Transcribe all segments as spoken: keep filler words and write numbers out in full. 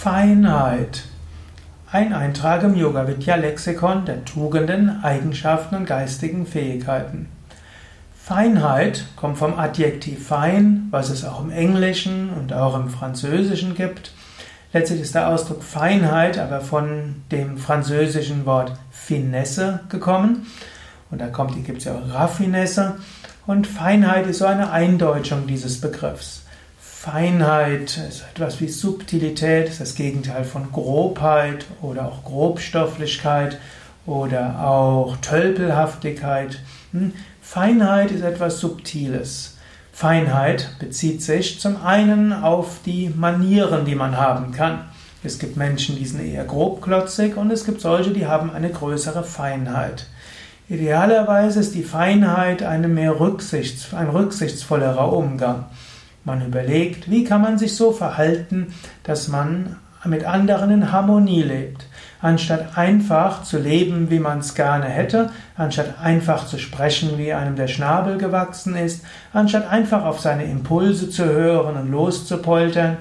Feinheit. Ein Eintrag im Yoga-Vidya-Lexikon der Tugenden, Eigenschaften und geistigen Fähigkeiten. Feinheit kommt vom Adjektiv fein, was es auch im Englischen und auch im Französischen gibt. Letztlich ist der Ausdruck Feinheit aber von dem französischen Wort Finesse gekommen. Und da kommt, gibt es ja auch Raffinesse. Und Feinheit ist so eine Eindeutschung dieses Begriffs. Feinheit ist etwas wie Subtilität, ist das Gegenteil von Grobheit oder auch Grobstofflichkeit oder auch Tölpelhaftigkeit. Feinheit ist etwas Subtiles. Feinheit bezieht sich zum einen auf die Manieren, die man haben kann. Es gibt Menschen, die sind eher grobklotzig und es gibt solche, die haben eine größere Feinheit. Idealerweise ist die Feinheit eine mehr Rücksichts, ein rücksichtsvollerer Umgang. Man überlegt, wie kann man sich so verhalten, dass man mit anderen in Harmonie lebt. Anstatt einfach zu leben, wie man es gerne hätte, anstatt einfach zu sprechen, wie einem der Schnabel gewachsen ist, anstatt einfach auf seine Impulse zu hören und loszupoltern,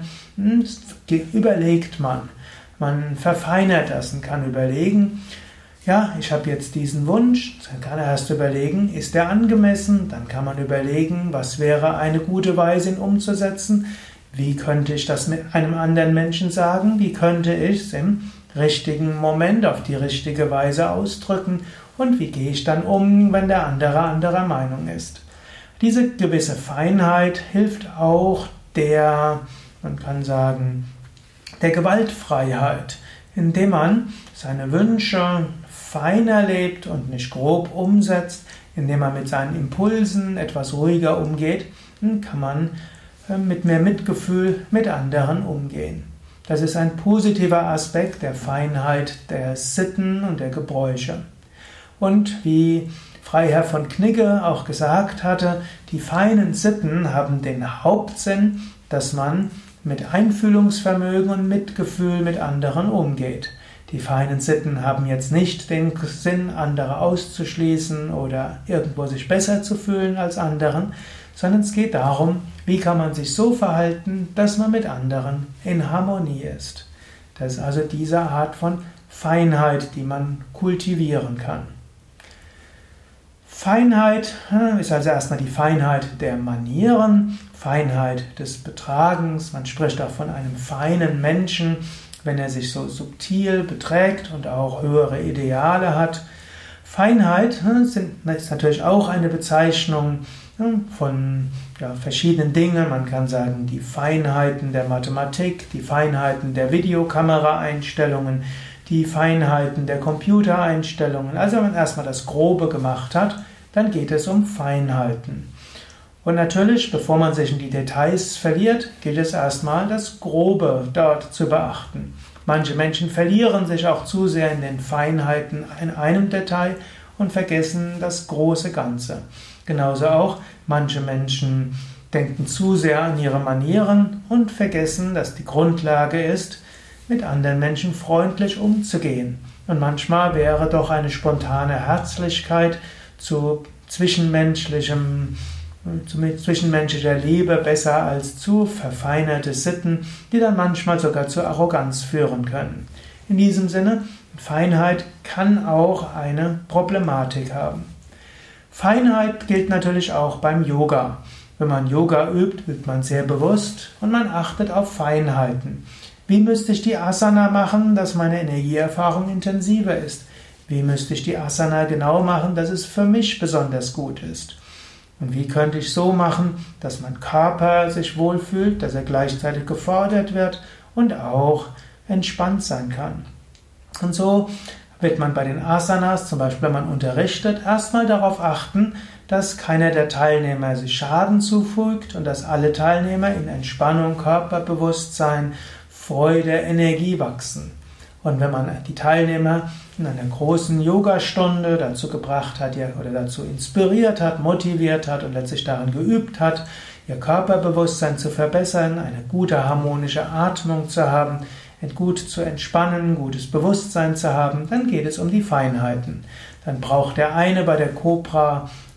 überlegt man. Man verfeinert das und kann überlegen, ja, ich habe jetzt diesen Wunsch, dann kann er erst überlegen, ist der angemessen? Dann kann man überlegen, was wäre eine gute Weise, ihn umzusetzen? Wie könnte ich das mit einem anderen Menschen sagen? Wie könnte ich es im richtigen Moment auf die richtige Weise ausdrücken? Und wie gehe ich dann um, wenn der andere anderer Meinung ist? Diese gewisse Feinheit hilft auch der, man kann sagen, der Gewaltfreiheit, indem man seine Wünsche feiner lebt und nicht grob umsetzt, indem man mit seinen Impulsen etwas ruhiger umgeht, kann man mit mehr Mitgefühl mit anderen umgehen. Das ist ein positiver Aspekt der Feinheit der Sitten und der Gebräuche. Und wie Freiherr von Knigge auch gesagt hatte, die feinen Sitten haben den Hauptsinn, dass man mit Einfühlungsvermögen und Mitgefühl mit anderen umgeht. Die feinen Sitten haben jetzt nicht den Sinn, andere auszuschließen oder irgendwo sich besser zu fühlen als anderen, sondern es geht darum, wie kann man sich so verhalten, dass man mit anderen in Harmonie ist. Das ist also diese Art von Feinheit, die man kultivieren kann. Feinheit ist also erstmal die Feinheit der Manieren, Feinheit des Betragens. Man spricht auch von einem feinen Menschen, wenn er sich so subtil beträgt und auch höhere Ideale hat. Feinheit ist natürlich auch eine Bezeichnung von ja, verschiedenen Dingen. Man kann sagen, die Feinheiten der Mathematik, die Feinheiten der Videokameraeinstellungen, die Feinheiten der Computereinstellungen. Also wenn man erstmal das Grobe gemacht hat, dann geht es um Feinheiten. Und natürlich, bevor man sich in die Details verliert, gilt es erstmal, das Grobe dort zu beachten. Manche Menschen verlieren sich auch zu sehr in den Feinheiten in einem Detail und vergessen das große Ganze. Genauso auch, manche Menschen denken zu sehr an ihre Manieren und vergessen, dass die Grundlage ist, mit anderen Menschen freundlich umzugehen. Und manchmal wäre doch eine spontane Herzlichkeit zu zwischenmenschlichem zwischenmenschlicher Liebe besser als zu verfeinerte Sitten, die dann manchmal sogar zur Arroganz führen können. In diesem Sinne, Feinheit kann auch eine Problematik haben. Feinheit gilt natürlich auch beim Yoga. Wenn man Yoga übt, übt man sehr bewusst und man achtet auf Feinheiten. Wie müsste ich die Asana machen, dass meine Energieerfahrung intensiver ist? Wie müsste ich die Asana genau machen, dass es für mich besonders gut ist? Und wie könnte ich so machen, dass mein Körper sich wohlfühlt, dass er gleichzeitig gefordert wird und auch entspannt sein kann? Und so wird man bei den Asanas, zum Beispiel wenn man unterrichtet, erstmal darauf achten, dass keiner der Teilnehmer sich Schaden zufügt und dass alle Teilnehmer in Entspannung, Körperbewusstsein, Freude, Energie wachsen. Und wenn man die Teilnehmer in einer großen Yogastunde dazu gebracht hat oder dazu inspiriert hat, motiviert hat und letztlich daran geübt hat, ihr Körperbewusstsein zu verbessern, eine gute harmonische Atmung zu haben, gut zu entspannen, gutes Bewusstsein zu haben, dann geht es um die Feinheiten. Dann braucht der eine bei der Kobra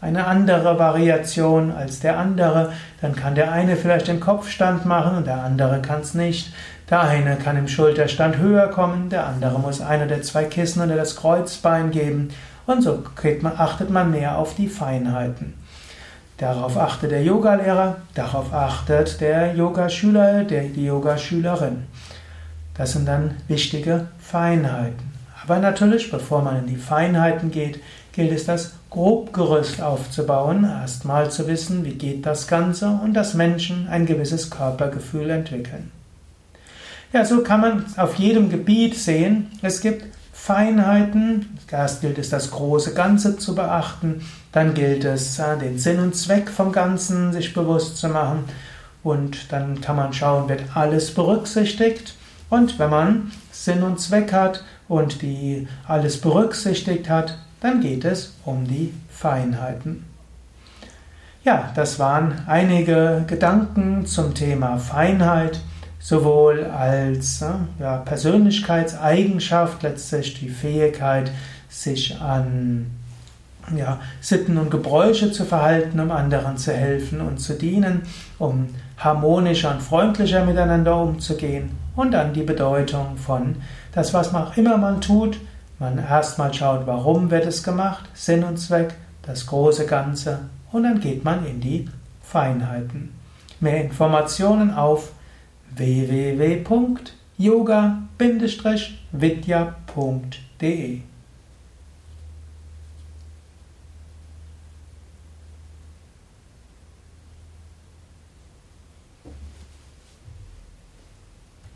eine andere Variation als der andere. Dann kann der eine vielleicht den Kopfstand machen und der andere kann es nicht. Der eine kann im Schulterstand höher kommen, der andere muss eine der zwei Kissen oder das Kreuzbein geben. Und so man, achtet man mehr auf die Feinheiten. Darauf achtet der Yogalehrer, darauf achtet der Yogaschüler, der, die Yogaschülerin. Das sind dann wichtige Feinheiten. Aber natürlich, bevor man in die Feinheiten geht, gilt es, das Grobgerüst aufzubauen, erstmal zu wissen, wie geht das Ganze und dass Menschen ein gewisses Körpergefühl entwickeln. Ja, so kann man auf jedem Gebiet sehen, es gibt Feinheiten. Erst gilt es, das große Ganze zu beachten, dann gilt es, den Sinn und Zweck vom Ganzen sich bewusst zu machen und dann kann man schauen, wird alles berücksichtigt. Und wenn man Sinn und Zweck hat und die alles berücksichtigt hat, dann geht es um die Feinheiten. Ja, das waren einige Gedanken zum Thema Feinheit, sowohl als ja, Persönlichkeitseigenschaft, letztlich die Fähigkeit, sich an ja, Sitten und Gebräuche zu verhalten, um anderen zu helfen und zu dienen, um harmonischer und freundlicher miteinander umzugehen, und dann die Bedeutung von das, was man auch immer man tut, man erstmal schaut, warum wird es gemacht, Sinn und Zweck, das große Ganze, und dann geht man in die Feinheiten. Mehr Informationen auf w w w punkt yoga Bindestrich vidya punkt de